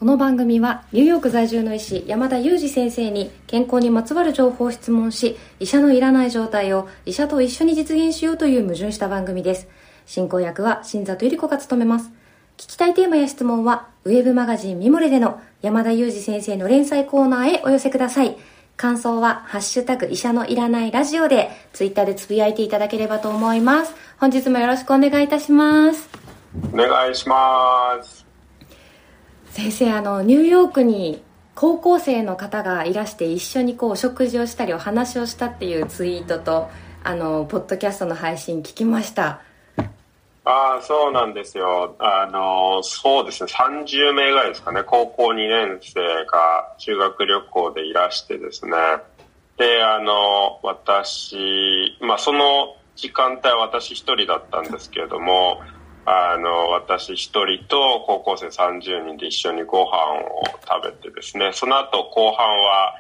この番組はニューヨーク在住の医師山田裕二先生に健康にまつわる情報を質問し、医者のいらない状態を医者と一緒に実現しようという矛盾した番組です。進行役は新里ゆり子が務めます。聞きたいテーマや質問はウェブマガジンミモレでの山田裕二先生の連載コーナーへお寄せください。感想はハッシュタグ医者のいらないラジオでツイッターでつぶやいていただければと思います。本日もよろしくお願いいたします。 お願いします。 先生、ニューヨークに高校生の方がいらして一緒にお食事をしたりお話をしたっていうツイートとポッドキャストの配信聞きました。 そうなんですよ。そうですね、30名ぐらいですかね、高校2年生が修学旅行でいらしてですね。で、私、その時間帯は私一人だったんですけれども、私一人と高校生30人で一緒にご飯を食べてですね、その後後半は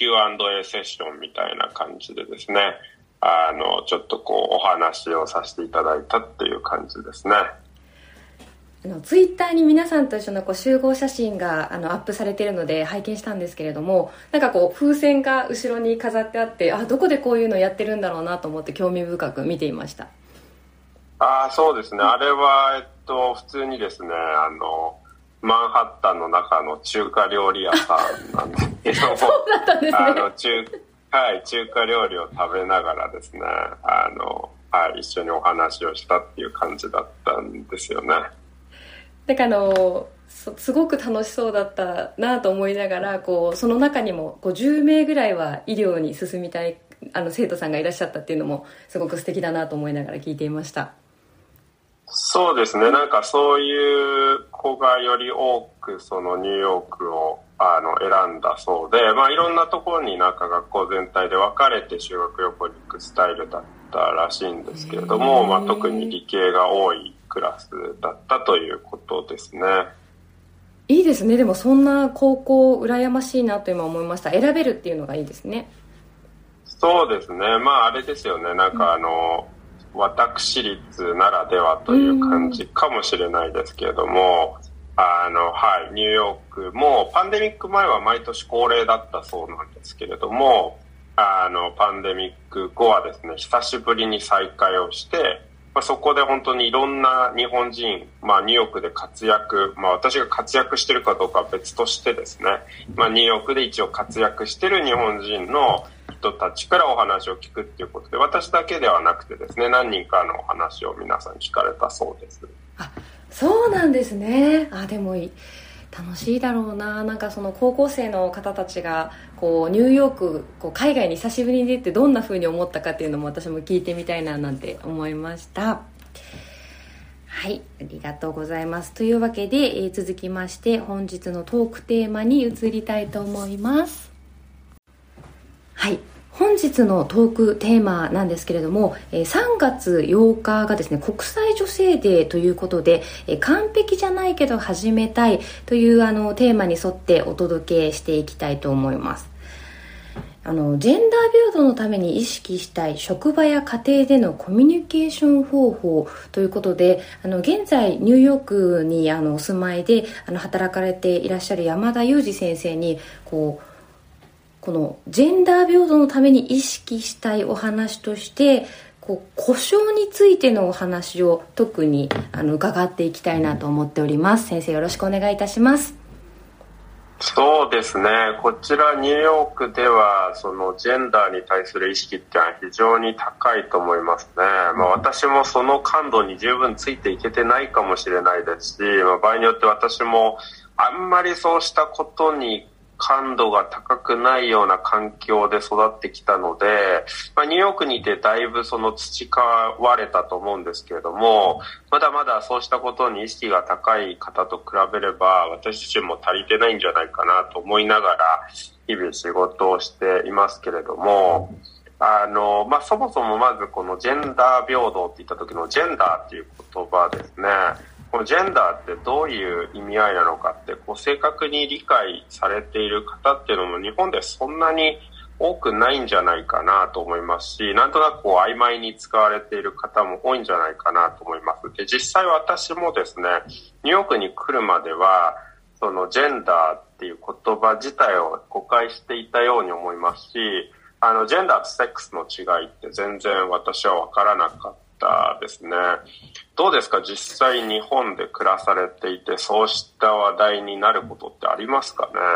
Q&A セッションみたいな感じでですね、ちょっとお話をさせていただいたっていう感じですね。 ツイッターに皆さんと一緒の集合写真がアップされているので拝見したんですけれども、なんか風船が後ろに飾ってあって、どこでこういうのやってるんだろうなと思って興味深く見ていました。 そうですね。あれは、普通にですね、マンハッタンの中の中華料理屋さんなんですけども、 そうだったんですね。 中華料理を食べながらですね、一緒にお話をしたっていう感じだったんですよね。 なんかすごく楽しそうだったなと思いながら、その中にも10名ぐらいは医療に進みたい生徒さんがいらっしゃったっていうのもすごく素敵だなと思いながら聞いていました。 そうですね、なんかそういう子がより多くそのニューヨークを選んだそうで、いろんなところになんか学校全体で分かれて修学旅行に行くスタイルだったらしいんですけれども、特に理系が多いクラスだったということですね。 いいですね。でもそんな高校羨ましいなと今思いました。選べるっていうのがいいですね。 そうですね、あれですよね、なんか私立ならではという感じかもしれないですけれども、ニューヨークもパンデミック前は毎年恒例だったそうなんですけれども、パンデミック後はですね、久しぶりに再会をして、そこで本当にいろんな日本人、ニューヨークで活躍、私が活躍してるかどうかは別としてですね、ニューヨークで一応活躍してる日本人の人たちからお話を聞くっていうことで、私だけではなくてですね、何人かのお話を皆さん聞かれたそうです。 そうなんですね。でも楽しいだろうな。なんかその高校生の方たちがニューヨーク海外に久しぶりに出てどんな風に思ったかっていうのも私も聞いてみたいななんて思いました。はい、ありがとうございます。というわけで、続きまして本日のトークテーマに移りたいと思います。はい、本日のトークテーマなんですけれども、3月8日がですね、国際女性デーということで、完璧じゃないけど始めたいというテーマに沿ってお届けしていきたいと思います。ジェンダー平等のために意識したい職場や家庭でのコミュニケーション方法ということで、現在ニューヨークにお住まいで働かれていらっしゃる山田裕二先生にこのジェンダー平等のために意識したいお話として故障についてのお話を特に伺っていきたいなと思っております。先生、よろしくお願いいたします。 そうですね、こちらニューヨークではそのジェンダーに対する意識っていうのは非常に高いと思いますね。私もその感度に十分ついていけてないかもしれないですし、場合によって私もあんまりそうしたことに感度が高くないような環境で育ってきたので、ニューヨークにいてだいぶその培われたと思うんですけれども、まだまだそうしたことに意識が高い方と比べれば私自身も足りてないんじゃないかなと思いながら日々仕事をしていますけれども、そもそもまずこのジェンダー平等って言った時のジェンダーっていう言葉ですね、このジェンダーってどういう意味合いなのかって正確に理解されている方っていうのも日本でそんなに多くないんじゃないかなと思いますし、なんとなく曖昧に使われている方も多いんじゃないかなと思います。で、実際私もですね、ニューヨークに来るまではそのジェンダーっていう言葉自体を誤解していたように思いますし、ジェンダーとセックスの違いって全然私は分からなかったですね。どうですか、実際日本で暮らされていて、そうした話題になることってありますかね？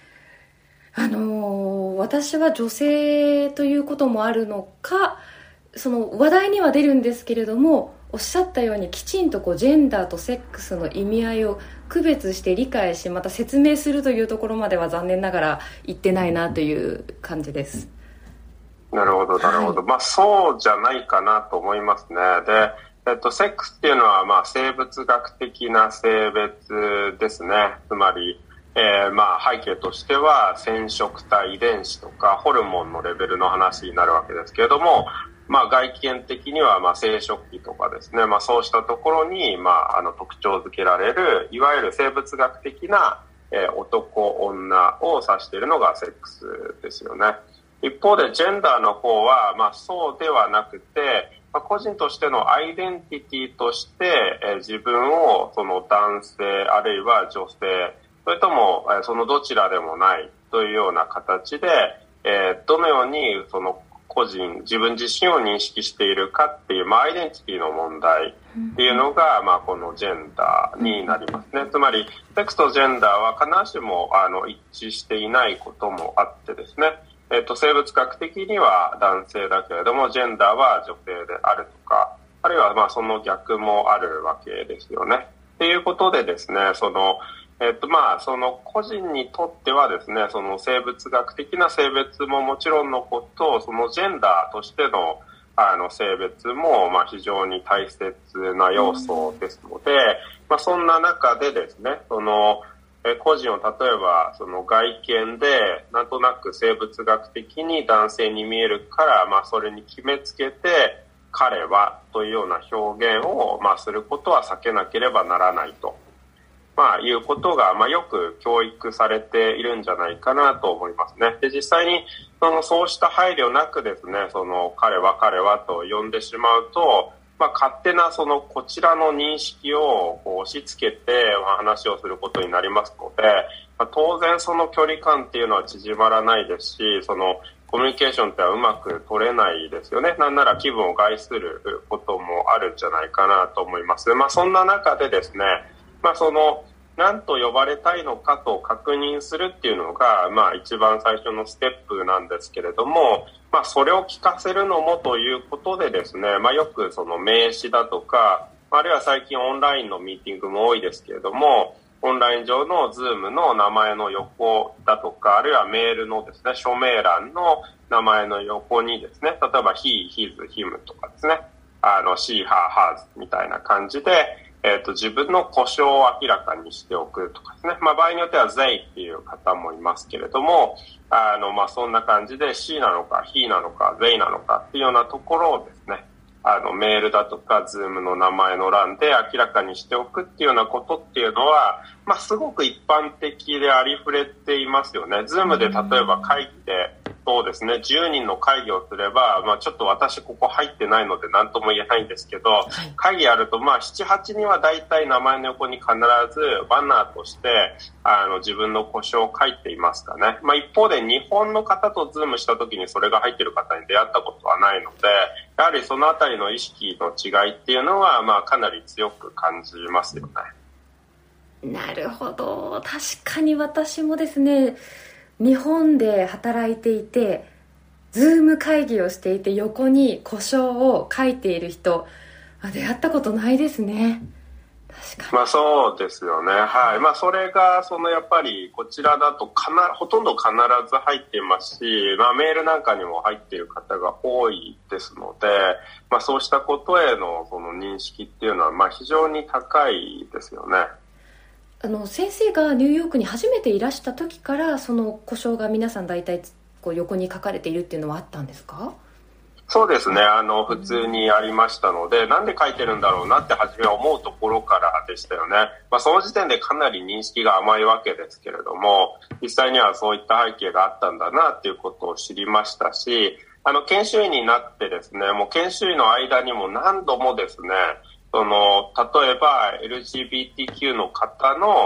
私は女性ということもあるのか、その話題には出るんですけれども、おっしゃったようにきちんとジェンダーとセックスの意味合いを区別して理解し、また説明するというところまでは残念ながら言ってないなという感じです。 なるほどなるほど、はい、そうじゃないかなと思いますね。で、セックスっていうのは生物学的な性別ですね。つまり背景としては染色体遺伝子とかホルモンのレベルの話になるわけですけれども、外見的には生殖器とかですね、そうしたところに特徴づけられるいわゆる生物学的な男女を指しているのがセックスですよね。一方でジェンダーの方はそうではなくて、個人としてのアイデンティティとして自分をその男性あるいは女性、それともそのどちらでもないというような形で、どのようにその個人自分自身を認識しているかっていう、アイデンティティの問題っていうのが、このジェンダーになりますね。つまりセックスとジェンダーは必ずしも一致していないこともあってですね、生物学的には男性だけれどもジェンダーは女性であるとか、あるいはその逆もあるわけですよね。っていうことでですね、その個人にとってはですね、その生物学的な性別ももちろんのこと、そのジェンダーとしての性別も非常に大切な要素ですので、そんな中でですね、その個人を例えばその外見でなんとなく生物学的に男性に見えるから、それに決めつけて彼はというような表現をすることは避けなければならないと。いうことがよく教育されているんじゃないかなと思いますね。で、実際にそうした配慮なくですね、その彼はと呼んでしまうと、勝手なこちらの認識を押し付けて話をすることになりますので、当然その距離感っていうのは縮まらないですし、そのコミュニケーションってはうまく取れないですよね。なんなら気分を害することもあるんじゃないかなと思います。そんな中でですね、何と呼ばれたいのかと確認するっていうのが、一番最初のステップなんですけれども、それを聞かせるのもということでですね、よくその名詞だとか、あるいは最近オンラインのミーティングも多いですけれども、オンライン上の Zoom の名前の横だとか、あるいはメールのですね、署名欄の名前の横にですね、例えば He, His, Him とかですね、She, Her, Hers みたいな感じで、自分の故障を明らかにしておくとかですね。場合によっては they っていう方もいますけれども、そんな感じで she なのか he なのか they なのかっていうようなところをですね、メールだとか Zoom の名前の欄で明らかにしておくっていうようなことっていうのは、すごく一般的でありふれていますよね。Zoom で例えば会議でそうですね、10人の会議をすれば、ちょっと私ここ入ってないので何とも言えないんですけど、会議やると7、8人は大体名前の横に必ずバナーとして自分の故障を書いていますかね。一方で日本の方とズームした時にそれが入っている方に出会ったことはないので、やはりそのあたりの意識の違いっていうのはかなり強く感じますよね。 なるほど。確かに私もですね、日本で働いていてズーム会議をしていて横に故障を書いている人出会ったことないですね。確かにそうですよね。はい。それがやっぱりこちらだとほとんど必ず入っていますし、メールなんかにも入っている方が多いですので、そうしたことへのその認識っていうのは非常に高いですよね。 先生がニューヨークに初めていらした時からその故障が皆さん大体横に書かれているっていうのはあったんですか？ そうですね、普通にありましたので、なんで書いてるんだろうなって初めは思うところからでしたよね。その時点でかなり認識が甘いわけですけれども、実際にはそういった背景があったんだなっていうことを知りましたし、研修医になってですね、もう研修医の間にも何度もですね、例えば LGBTQ の方の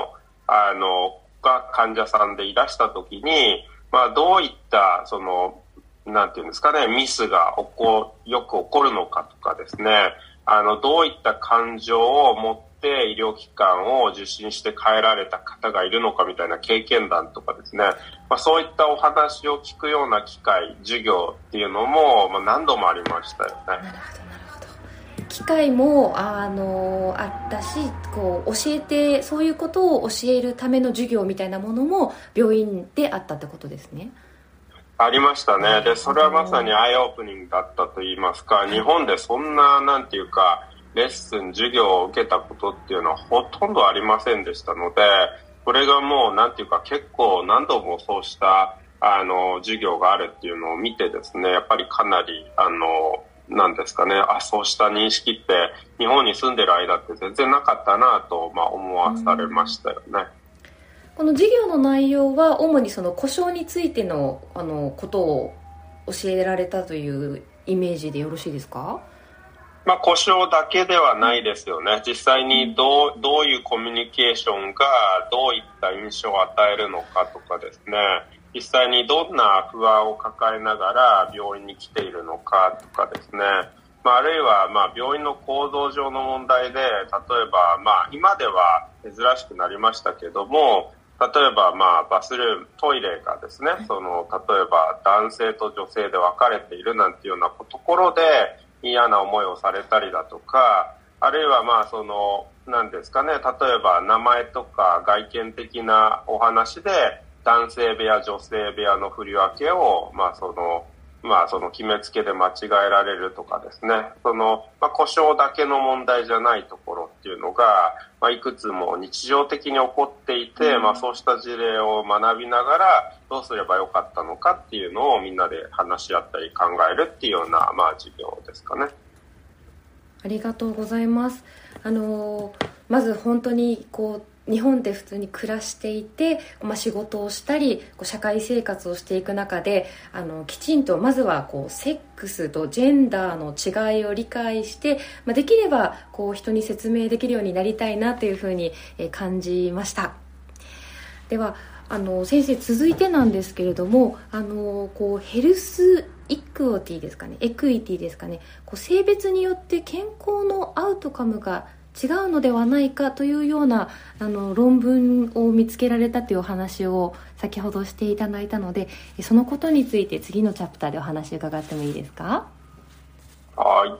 が患者さんでいらしたときに、どういったなんていうんですかね、ミスがよく起こるのかとかですね、どういった感情を持って医療機関を受診して帰られた方がいるのかみたいな経験談とかですね、そういったお話を聞くような機会、授業っていうのも、何度もありましたよね。 なるほど、なるほど。機会もあったし、教えて、そういうことを教えるための授業みたいなものも病院であったってことですね。 ありましたね。で、それはまさにアイオープニングだったと言いますか、日本でそんな、なんていうか、レッスン、授業を受けたことっていうのはほとんどありませんでしたので、これがもう、なんていうか、結構何度もそうした、授業があるっていうのを見てですね、やっぱりかなり、なんですかね、そうした認識って日本に住んでる間って全然なかったなと、思わされましたよね。 この授業の内容は主にその故障についてのことを教えられたというイメージでよろしいですか？ 故障だけではないですよね。実際にどういうコミュニケーションがどういった印象を与えるのかとかですね、実際にどんな不安を抱えながら病院に来ているのかとかですね、あるいは病院の構造上の問題で、例えば今では珍しくなりましたけども、例えばバスルーム、トイレがですね、例えば男性と女性で分かれているなんていうようなところで嫌な思いをされたりだとか、あるいはなんですかね、例えば名前とか外見的なお話で男性部屋女性部屋の振り分けをその決めつけで間違えられるとかですね、故障だけの問題じゃないところっていうのが、いくつも日常的に起こっていて、そうした事例を学びながらどうすればよかったのかっていうのをみんなで話し合ったり考えるっていうような、授業ですかね。 ありがとうございます。まず本当に日本で普通に暮らしていて、仕事をしたり社会生活をしていく中できちんとまずはセックスとジェンダーの違いを理解して、できれば人に説明できるようになりたいなというふうに感じました。では先生、続いてなんですけれども、ヘルスイクオティですかね、エクイティですかね、性別によって健康のアウトカムが違うのではないかというような論文を見つけられたというお話を先ほどしていただいたので、そのことについて次のチャプターでお話を伺ってもいいですか？ はい、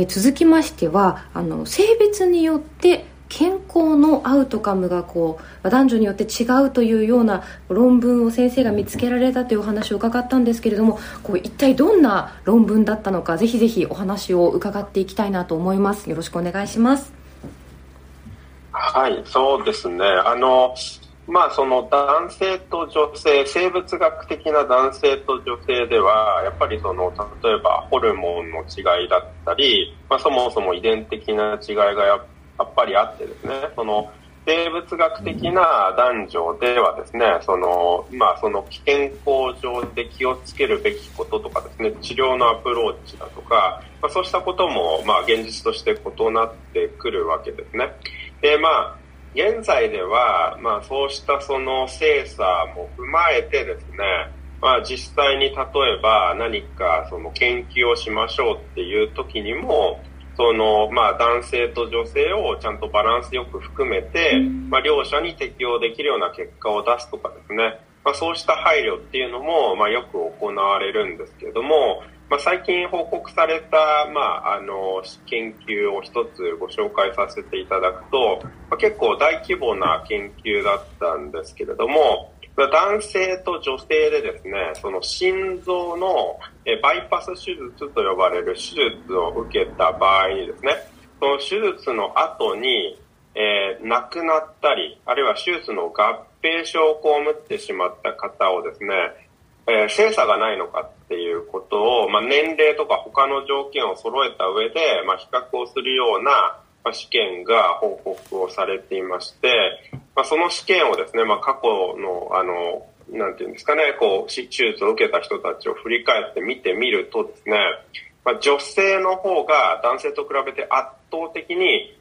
続きましては性別によって健康のアウトカムが男女によって違うというような論文を先生が見つけられたというお話を伺ったんですけれども、一体どんな論文だったのか、ぜひぜひお話を伺っていきたいなと思います。よろしくお願いします。 はい、そうですね。その男性と女性、生物学的な男性と女性ではやっぱり例えばホルモンの違いだったり、そもそも遺伝的な違いがやっぱりあってですね、生物学的な男女ではですね、健康上で気をつけるべきこととかですね、治療のアプローチだとか、そうしたことも現実として異なってくるわけですね。で、現在ではそうした精査も踏まえてですね、実際に例えば何か研究をしましょうっていう時にも、男性と女性をちゃんとバランスよく含めて、両者に適用できるような結果を出すとかですね、そうした配慮っていうのもよく行われるんですけれども、最近報告された、研究を一つご紹介させていただくと、結構大規模な研究だったんですけれども、男性と女性でですね、心臓のバイパス手術と呼ばれる手術を受けた場合にですね、その手術の後に、亡くなったり、あるいは手術の合併症を被ってしまった方をですね、精査がないのかっていうことを、年齢とか他の条件を揃えた上で、比較をするような試験が報告をされていまして、その試験をですね、過去のなんていうんですかね、手術を受けた人たちを振り返って見てみるとですね、女性の方が男性と比べて圧倒的に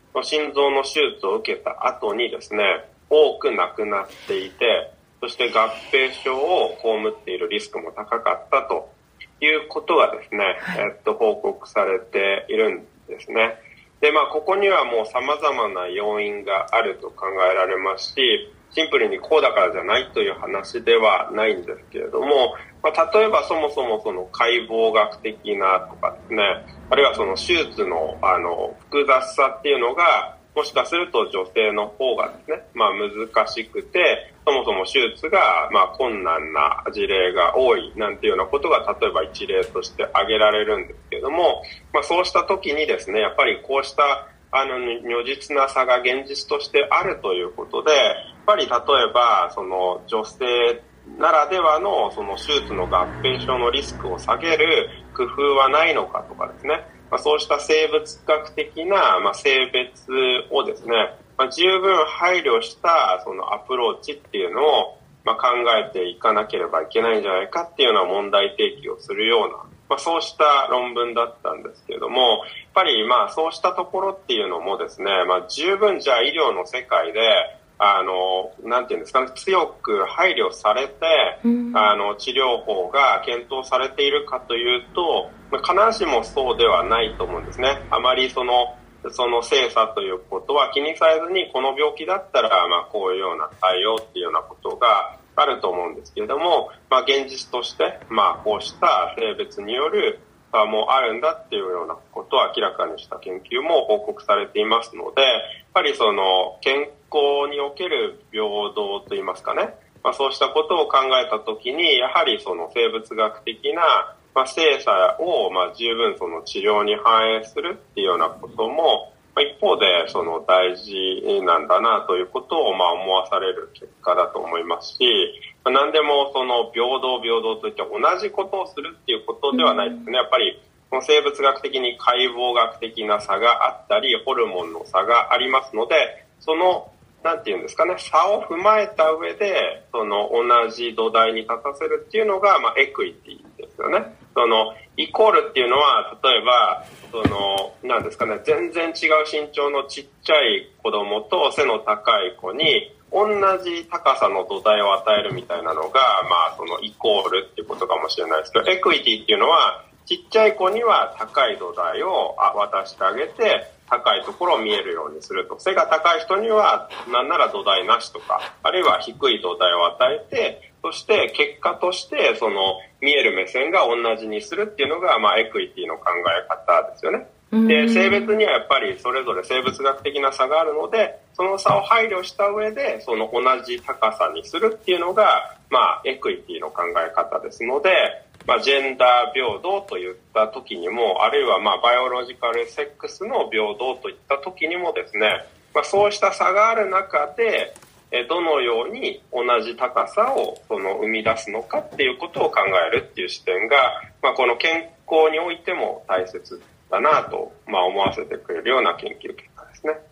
心臓の手術を受けた後にですね、多く亡くなっていて、そして合併症を被っているリスクも高かったということがですね、報告されているんですね。で、ここにはもう様々な要因があると考えられますし、シンプルにこうだからじゃないという話ではないんですけれども、例えばそもそもその解剖学的なとかですね、あるいはその手術の複雑さっていうのが、もしかすると女性の方がですね、難しくて、そもそも手術が困難な事例が多いなんていうようなことが例えば一例として挙げられるんですけれども、そうした時にですね、やっぱりこうした如実な差が現実としてあるということで、やっぱり例えばその女性ならではのその手術の合併症のリスクを下げる工夫はないのかとかですね、そうした生物学的な性別をですね、十分配慮したそのアプローチっていうのを考えていかなければいけないんじゃないかっていうような問題提起をするような、そうした論文だったんですけれども、やっぱりそうしたところっていうのもですね、十分じゃあ医療の世界でなんていうんですかね、強く配慮されて、治療法が検討されているかというと、必ずしもそうではないと思うんですね。あまりその精査ということは気にされずに、この病気だったら、こういうような対応っていうようなことがあると思うんですけれども、現実として、こうした性別による差もあるんだっていうようなことを明らかにした研究も報告されていますので、やっぱりその健康における平等といいますかね、そうしたことを考えたときに、やはりその生物学的な精査を十分その治療に反映するっていうようなことも、一方でその大事なんだなということを思わされる結果だと思いますし、何でもその平等といって同じことをするっていうことではないですね。やっぱり生物学的に解剖学的な差があったり、ホルモンの差がありますので、そのなんていうんですかね、差を踏まえた上でその同じ土台に立たせるっていうのがエクイティですよね。そのイコールっていうのは、例えばなんですかね、全然違う身長のちっちゃい子供と背の高い子に同じ高さの土台を与えるみたいなのが、そのイコールっていうことかもしれないですけど、エクイティっていうのは、ちっちゃい子には高い土台を渡してあげて、高いところを見えるようにすると。背が高い人にはなんなら土台なしとか、あるいは低い土台を与えて、そして結果としてその見える目線が同じにするっていうのがエクイティの考え方ですよね。で、性別にはやっぱりそれぞれ生物学的な差があるので、その差を配慮した上でその同じ高さにするっていうのがエクイティの考え方ですので、ジェンダー平等といった時にも、あるいはバイオロジカルセックスの平等といった時にもですね、そうした差がある中でどのように同じ高さを生み出すのかっていうことを考えるっていう視点が、この健康においても大切だなと、思わせてくれるような研究結果ですね。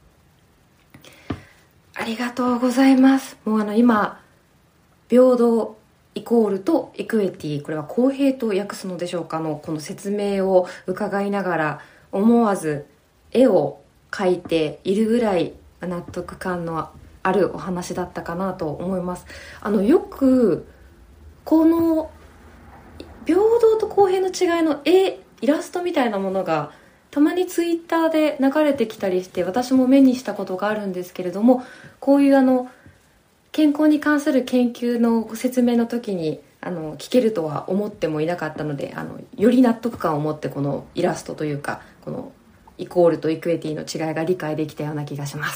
ありがとうございます。もう今平等イコールとエクエティ、これは公平と訳すのでしょうかのこの説明を伺いながら、思わず絵を描いているぐらい納得感のあるお話だったかなと思います。よくこの平等と公平の違いのイラストみたいなものがたまにツイッターで流れてきたりして、私も目にしたことがあるんですけれども、こういう健康に関する研究の説明の時に聞けるとは思ってもいなかったので、より納得感を持ってこのイラストというか、このイコールとイクエティの違いが理解できたような気がします。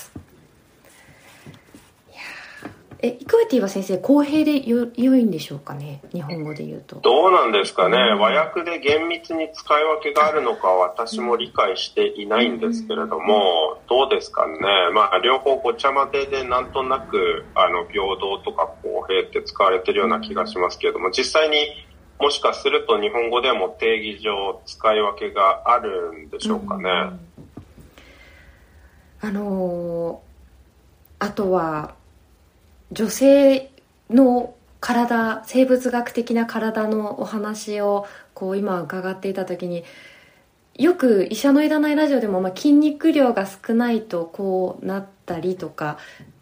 イクエティは先生、公平で良いんでしょうかね、日本語で言うと。 どうなんですかね、和訳で厳密に使い分けがあるのか私も理解していないんですけれども、どうですかね。両方ごちゃ混ぜでなんとなく平等とか公平って使われてるような気がしますけれども、実際にもしかすると日本語でも定義上使い分けがあるんでしょうかね。 あとは女性の体、生物学的な体のお話を今伺っていた時に、 よく医者のいらないラジオでも、筋肉量が少ないとこうなったりとか、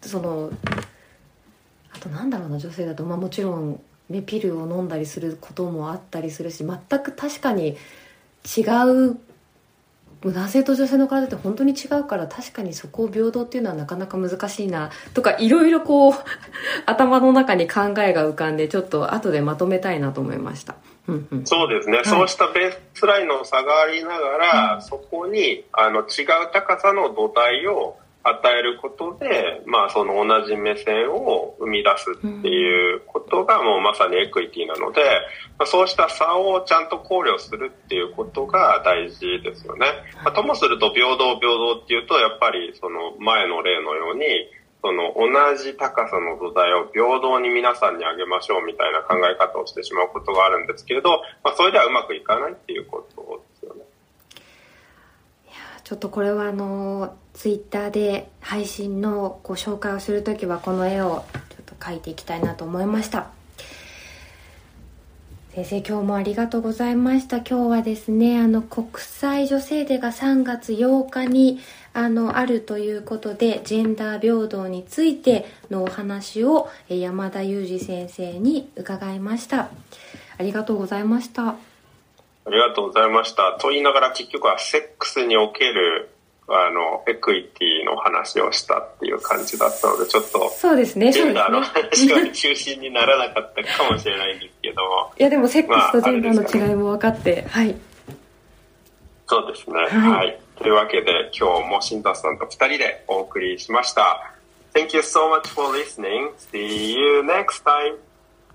あとなんだろうな、女性だと、もちろん、ね、ピルを飲んだりすることもあったりするし、全く確かに違う、男性と女性の体って本当に違うから、確かにそこを平等っていうのはなかなか難しいなとか、いろいろこう頭の中に考えが浮かんで、ちょっと後でまとめたいなと思いました。 そうですね、はい、そうしたベースラインの差がありながら、そこに違う高さの土台を与えることで、その同じ目線を生み出すっていうことがもうまさにエクイティなので、そうした差をちゃんと考慮するっていうことが大事ですよね。ともすると平等っていうと、やっぱりその前の例のように、その同じ高さの土台を平等に皆さんにあげましょうみたいな考え方をしてしまうことがあるんですけれど、それではうまくいかないっていうことですよね。 いや、ちょっとこれはツイッターで配信のご紹介をするときはこの絵をちょっと描いていきたいなと思いました。先生、今日もありがとうございました。今日はですね、国際女性デーが3月8日にあるということで、ジェンダー平等についてのお話を山田裕二先生に伺いました。ありがとうございました。 ありがとうございました。と言いながら結局はセックスにおけるエクイティの話をしたっていう感じだったので、ちょっとそうですね、 ジェンダーの話が中心にならなかったかもしれないんですけども、 いやでもセックスとジェンダーの違いも分かって、はい、 そうですね、はい、というわけで今日も新田さんと2人でお送りしました。 Thank you so much for listening. See you next time.